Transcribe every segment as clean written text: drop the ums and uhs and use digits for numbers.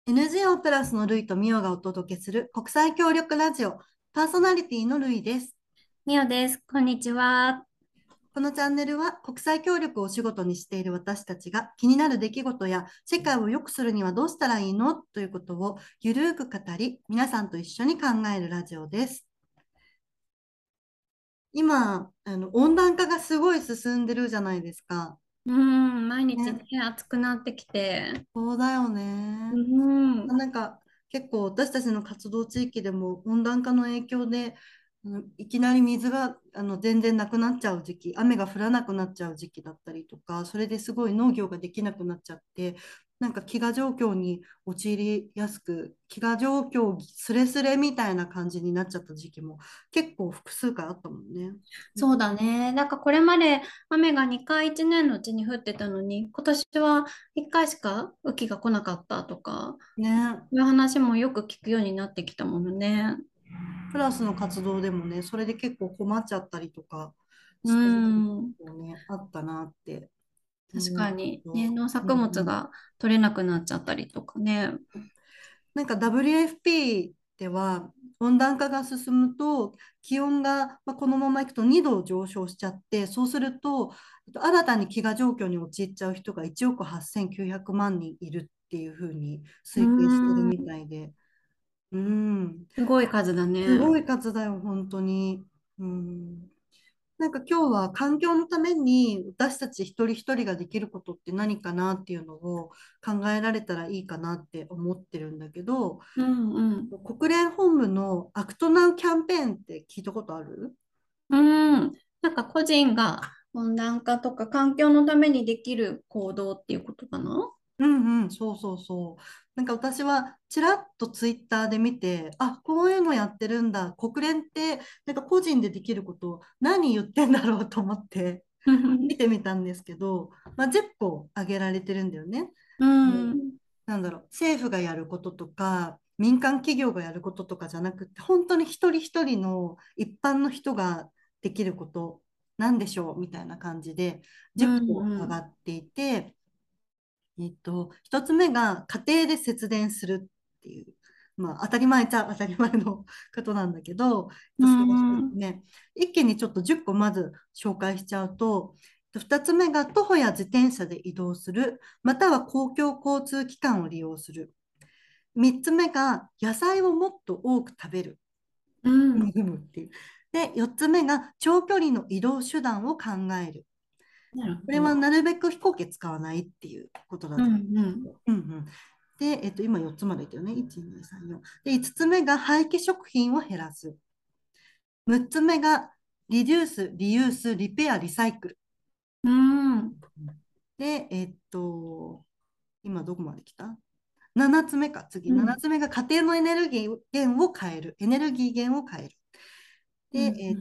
NGO プラスのルイとミオがお届けする国際協力ラジオ、パーソナリティのルイです。 みおです。こんにちは。 このチャンネルは国際協力をお仕事にしている私たちが気になる出来事や世界を良くするにはどうしたらいいのということをゆるーく語り、皆さんと一緒に考えるラジオです。今、温暖化がすごい進んでるじゃないですか。 毎日ね、 ね、 暑くなってきて。 そうだようね。 ん、 なんか結構私たちの活動地域でも温暖化の影響でいきなり水が全然なくなっちゃう時期、雨が降らなくなっちゃう時期だったりとか、それですごい農業ができなくなっちゃって、なんか飢餓状況に陥りやすく、飢餓状況すれすれみたいな感じになっちゃった時期も結構複数回あったもんね。 そうだね。なんかこれまで雨が2回1年のうちに降ってたのに、今年は1回しか雨季が来なかったとか、 ね。 そういう話もよく聞くようになってきたものね。 プラスの活動でもね、それで結構困っちゃったりとかうした時期ん、 もね、あったなって確思うかにね、 けど、 農うんうん、 作物が取れなくなっちゃったりとかね。 なんか WFP では温暖化が進むと気温が、このままいくと2度上昇しちゃって、そうすると新たに飢餓状況に陥っちゃう人が1億8900万人いるっていうふうにう推計してるん、 みたいで、うん、 すごい数だね。 すごい数だよ、本当に。うん、なんか今日は環境のために私たち一人一人ができることって何かなっていうのを考えられたらいいかなって思ってるんだけど、 うんうん。 国連本部のアクトナウキャンペーンって聞いたことある？ うん、なんか個人が温暖化とか環境のためにできる行動っていうことかな。 うんうん、そうそうそう。なんか私はちらっとツイッターで見て、あ、こういうのやってるんだ。国連ってなんか個人でできること何言ってんだろうと思って見てみたんですけど、10個挙げられてるんだよね。 ううんん、 なんだろう、政府がやることとか、民間企業がやることとかじゃなくて、本当に一人一人の一般の人ができることなんでしょうみたいな感じで10 うん、 個上がうん。 っていて、一つ目が家庭で節電するっていう、当たり前っちゃ当たり前のことなんだけど、 うそれが一つん、 目。一気にちょっと10個まず紹介しちゃうと、二つ目が徒歩や自転車で移動する、または公共交通機関を利用する。三つ目が野菜をもっと多く食べる。 うん。 ふむっていう。で、四つ目が長距離の移動手段を考える。 なるこれほど。 はなるべく飛行機使わないっていうことだうん、 とうん。 思う。うんうん。で、今4つまで言ったよね。1、2、3、4。で、5つ目が廃棄食品を減らす。6つ目がリデュース、リユース、リペア、リサイクル。 うん、 で、今どこまで来た？ 7 つ目か、次。7 うん、 つ目が家庭のエネルギー源を変える。エネルギー源を変える。で、 うん、うん。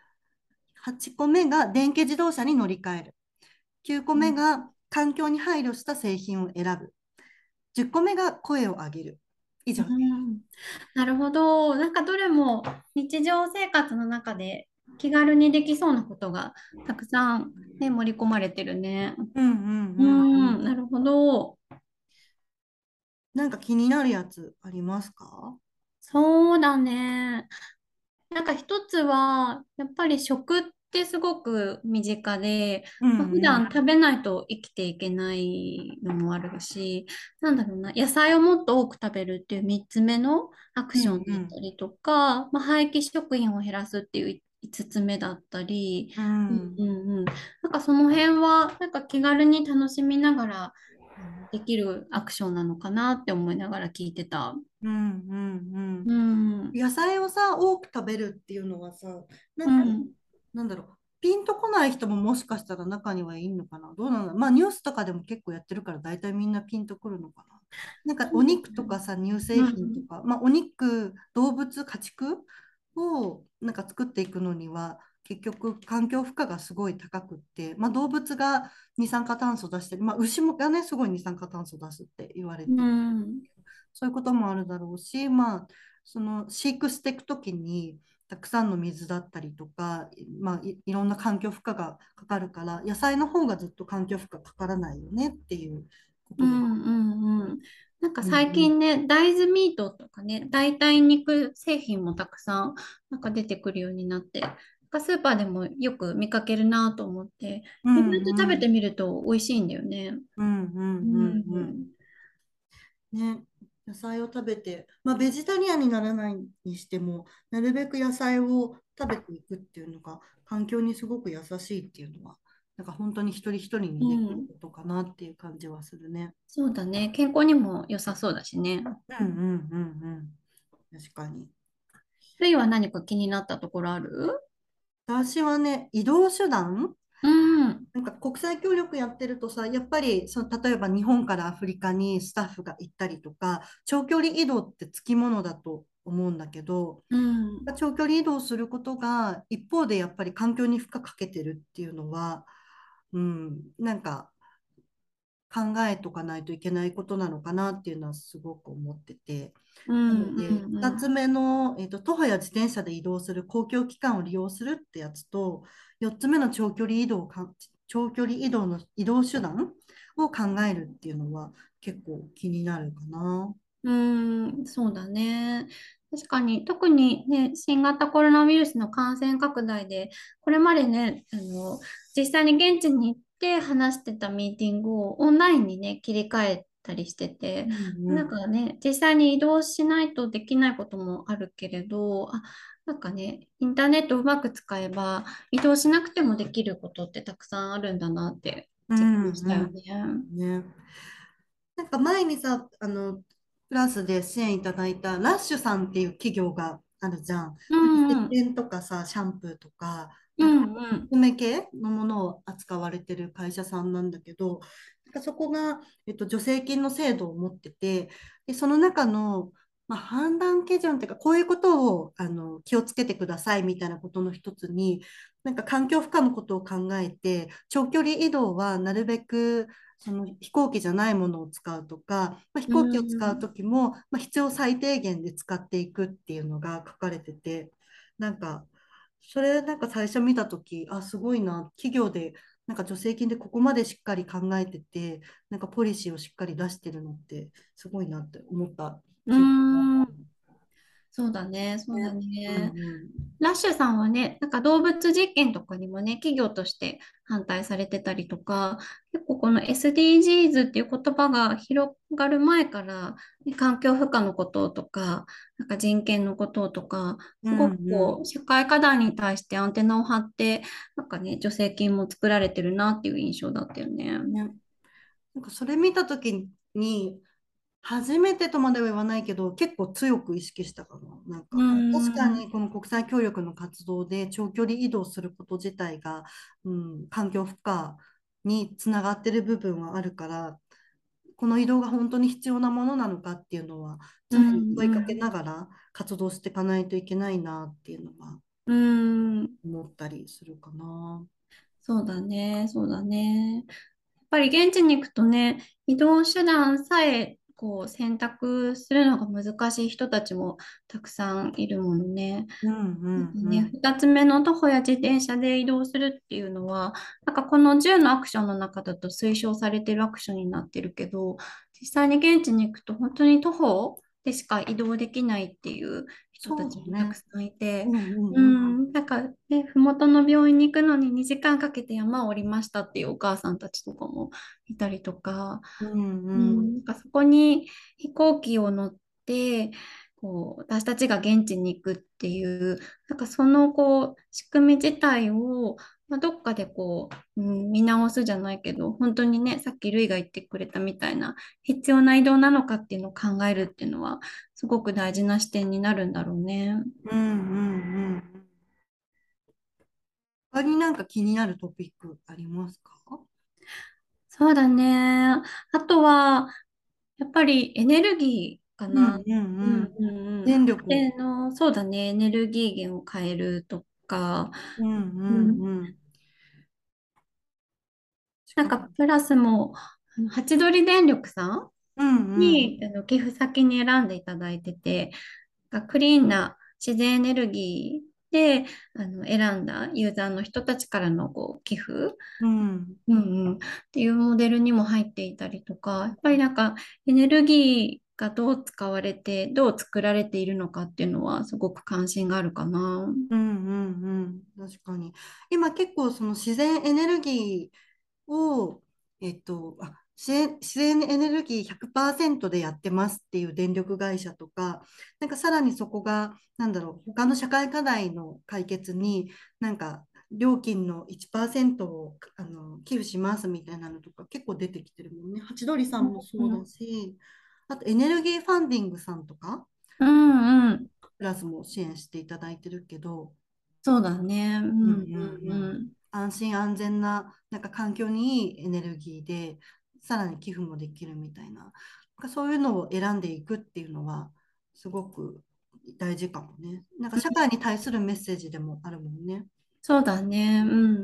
8個目が電気自動車に乗り換える。9個目が環境に配慮した製品を選ぶ。10個目が声を上げる。以う上。 ん、なるほど。なんかどれも日常生活の中で気軽にできそうなことがたくさんね、盛り込まれてるね。 うんううんうんうん。 ん、なるほど。 なんか気になるやつありますか？ そうだね。なんか一つは、やっぱり食ってすごく身近で、 うまあ、普んうん。 段食べないと生きていけないのもあるし、なんだろうな、野菜をもっと多く食べるっていう3つ目のアクうんションだうん。 ったりとか、まあ、廃棄食品を減らすっていう5つ目だったり、 ううんうんんうん。なんかその辺は、なんか気軽に楽しみながら、できるアクションなのかなって思いながら聞いてた。 うんうんううん。 ん。 野菜をさ、多く食べるっていうのはさ、なんか、 うん。 なんだろう、ピンとこない人ももしかしたら中にはいいのかな。どうなんだろう。ニュースとかでも結構やってるから大体みんなピンとくるのかな。なんかおそう肉とかさ、乳製うん。 品とか、お肉、動物、家畜をなんか作っていくのには、結局環境負荷がすごい高くって、動物が二酸化炭素出してる、牛もがね、すごい二酸化炭素出すって言われうてる。 ん。 そういうこともあるだろうし、その飼育していくときに、たくさんの水だったりとか、いろんな環境負荷がかかるから、野菜の方がずっと環境負荷かからないよねっていうことで。 うんうんうん。 なんか最うんうん近ね、大豆ミートとかね、代替肉製品もたくさんなんか出てくるようになって、なんかスーパーでもよく見かけるなと思って、 う意外と食べてんみると美味しいんだよね。 うんううんうんうん。 ん。 ね、野菜を食べて、まあ、ベジタリアンにならないにしても、なるべく野菜を食べていくっていうのが、環境にすごく優しいっていうのは、なんか本当に一人一人うにできるん。 ことかなっていう感じはするね。 そうだね。健康にも良さそうだしね。 うんうんうんうん。確かに。 ルイは何か気になったところある？ 私はね、移動手段うん。 なんか国際協力やってるとさ、やっぱり例えば日本からアフリカにスタッフが行ったりとか、長距離移動ってつきものだと思うんだけど、 うん。 長距離移動することが一方でやっぱり環境に負荷かけてるっていうのは、うん、なんか考えとかないといけないことなのかなっていうのはすごく思ってて。 うなのん。うで、2 ん。 つ目の、徒歩や自転車で移動する公共機関を利用するってやつと、4つ目の長距離移動の移動手段を考えるっていうのは結構気になるかな。 うん。うん。そうだね。確かに、特にね、新型コロナウイルスの感染拡大で、これまでね、実際に現地に行って話してたミーティングをオンラインにね、切り替えたりしてて、 うんうん。 なんかね、実際に移動しないとできないこともあるけれど、なんかね、インターネットをうまく使えば、移動しなくてもできることってたくさんあるんだなって実うん感したようね。 ん。ね。なんか前にさ、クラスで支援いただいたラッシュさんっていう企業があるじゃん。 うなんか石んうん。 鹸とかさ、シャンプーとか、 うなんかんうん。 コスメ系のものを扱われてる会社さんなんだけど、なんかそこが、助成金の制度を持ってて、で、その中の、まあ、判断基準っていうか、こういうことを気をつけてくださいみたいなことの一つに、なんか環境負荷のことを考えて、長距離移動はなるべくその飛行機じゃないものを使うとか、まあ、飛う行機を使うん。 ときも、まあ、必要最低限で使っていくっていうのが書かれてて、なんか、それなんか最初見たとき、あ、すごいな、企業でなんか助成金でここまでしっかり考えてて、なんかポリシーをしっかり出してるのってすごいなって思ったう記憶があっん。 たそうだね、そうだね。うんね。 うん。 ラッシュさんはね、なんか動物実験とかにもね、企業として反対されてたりとか、結構この SDGs っていう言葉が広がる前から、ね環境負荷のこととか、なんか人権のこととか、 うすごくこう、 ん社会課題に対してアンテナを張って、なんかね、助成金も作られてるなっていう印象だったよね。 うん。ね。なんかそれ見たときに、初めてとまでは言わないけど、結構強く意識したかな。なんうか、確かん、 にこの国際協力の活動で長距離移動すること自体が、うん、環境負荷につながってる部分はあるから、この移動が本当に必要なものなのかっていうのは、 う常に問いかけん、 ながら活動していかないといけないなっていうのはうん、うん。 思ったりするかな。 そうだね、そうだね。やっぱり現地に行くとね、移動手段さえこう選択するのが難しい人たちもたくさんいるものね。 うんうんうね、 ん。 2つ目の徒歩や自転車で移動するっていうのは、なんかこの10のアクションの中だと推奨されてるアクションになってるけど、実際に現地に行くと本当に徒歩でしか移動できないっていう人たそうちもたくだね。 さんいて、 うんううんうん。 ん、なんかね、ふもとの病院に行くのに2時間かけて山を降りましたっていうお母さんたちとかもいたりとか、 うんうん。 うん、なんかそこに飛行機を乗って、こう私たちが現地に行くっていう、なんかそのこう仕組み自体を、まあ、どっかでこう、見直すじゃないけど、本当にね、さっきルイが言ってくれたみたいな必要な移動なのかっていうのを考えるっていうのは、すごく大事な視点になるんだろうね。 うんうんうん。他になんか気になるトピックありますか？ そうだね。あとは、やっぱりエネルギーかな。 うんうんうんうん。 うんうん。 電力。 で、そうだね。エネルギー源を変えるとか、 うんううん、 んうん。 なんかプラスも、ハチドリ電力さんうんうん。 に寄付先に選んでいただいてて、クリーンな自然エネルギーで、選んだユーザーの人たちからの寄付、 うん。 っていうモデルにも入っていたりとか、やっぱりなんかエネルギーがどう使われて、どう作られているのかっていうのはすごく関心があるかな。 うん確かに。今結構その自然エネルギーを、自然エネルギー100%でやってますっていう電力会社とか、なんかさらにそこが、なんだろう、他の社会課題の解決に、なんか料金の1%を寄付しますみたいなのとか結構出てきてるもんね。ハチドリさんもそうだうん、 し、あとエネルギーファンディングさんとか、 うん、うん。 プラスも支援していただいてるけど、 そうだね。ううんん、うん、うん。 安心安全な、なんか環境にいいエネルギーで、さらに寄付もできるみたいな、なんかそういうのを選んでいくっていうのは、すごく大事かもね。なんか社会に対するメッセージでもあるもんね。 そうだね。うん、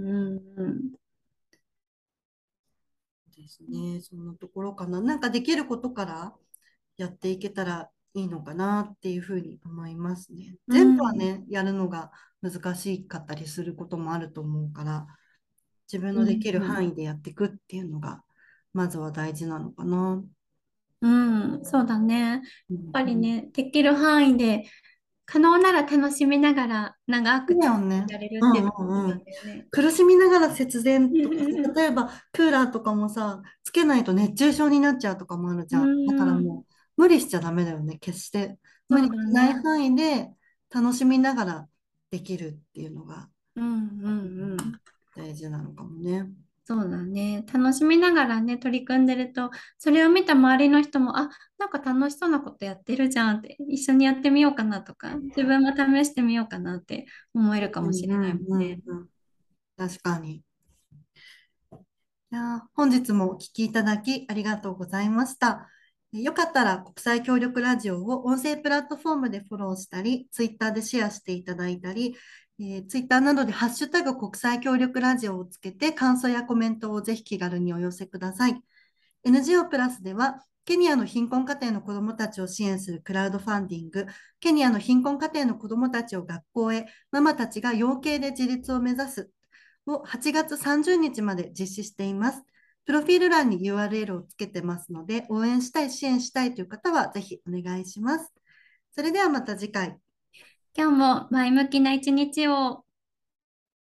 うん、うん。 ですね。そんなところかな。なんかできることからやっていけたらいいのかなっていうふうに思いますね。 う全部はん、 ね、やるのが難しかったりすることもあると思うから、自分うん、 のできるうん。 範囲でやっていくっていうのが、まずは大事なのかな。 うん、そうだね。やっうんうん。 ぱりね、できる範囲で、可能なら楽しみながら長くそうだ続よね。 けられるうんっていうのが一番うんうん。 だよね。 苦しみながら節電とかさ、 う例えばクーラーとかもさ、つけないと熱中症になっちゃうとかもあるじゃん。だからん、 もう無理しちゃダメだよね、決して。無理そうだしないね。 範囲で楽しみながらできるっていうのがうん、うん、うん。 大事なのかもね。 そうだね。楽しみながらね、取り組んでると、それを見た周りの人も、あ、なんか楽しそうなことやってるじゃんって、一緒にやってみようかなとか、自分も試してみようかなって思えるかうんもしれないもんね。 確かに。いやー、本日もお聞きいただきありがとうございました。よかったら国際協力ラジオを音声プラットフォームでフォローしたり、ツイッターでシェアしていただいたり、ツイッターなどでハッシュタグ国際協力ラジオをつけて感想やコメントをぜひ気軽にお寄せください。NGO プラスでは、ケニアの貧困家庭の子どもたちを支援するクラウドファンディング、ケニアの貧困家庭の子どもたちを学校へ、ママたちが養鶏で自立を目指すを8月30日まで実施しています。プロフィール欄に URL をつけてますので、応援したい、支援したいという方はぜひお願いします。それではまた次回。 今日も前向きな一日を。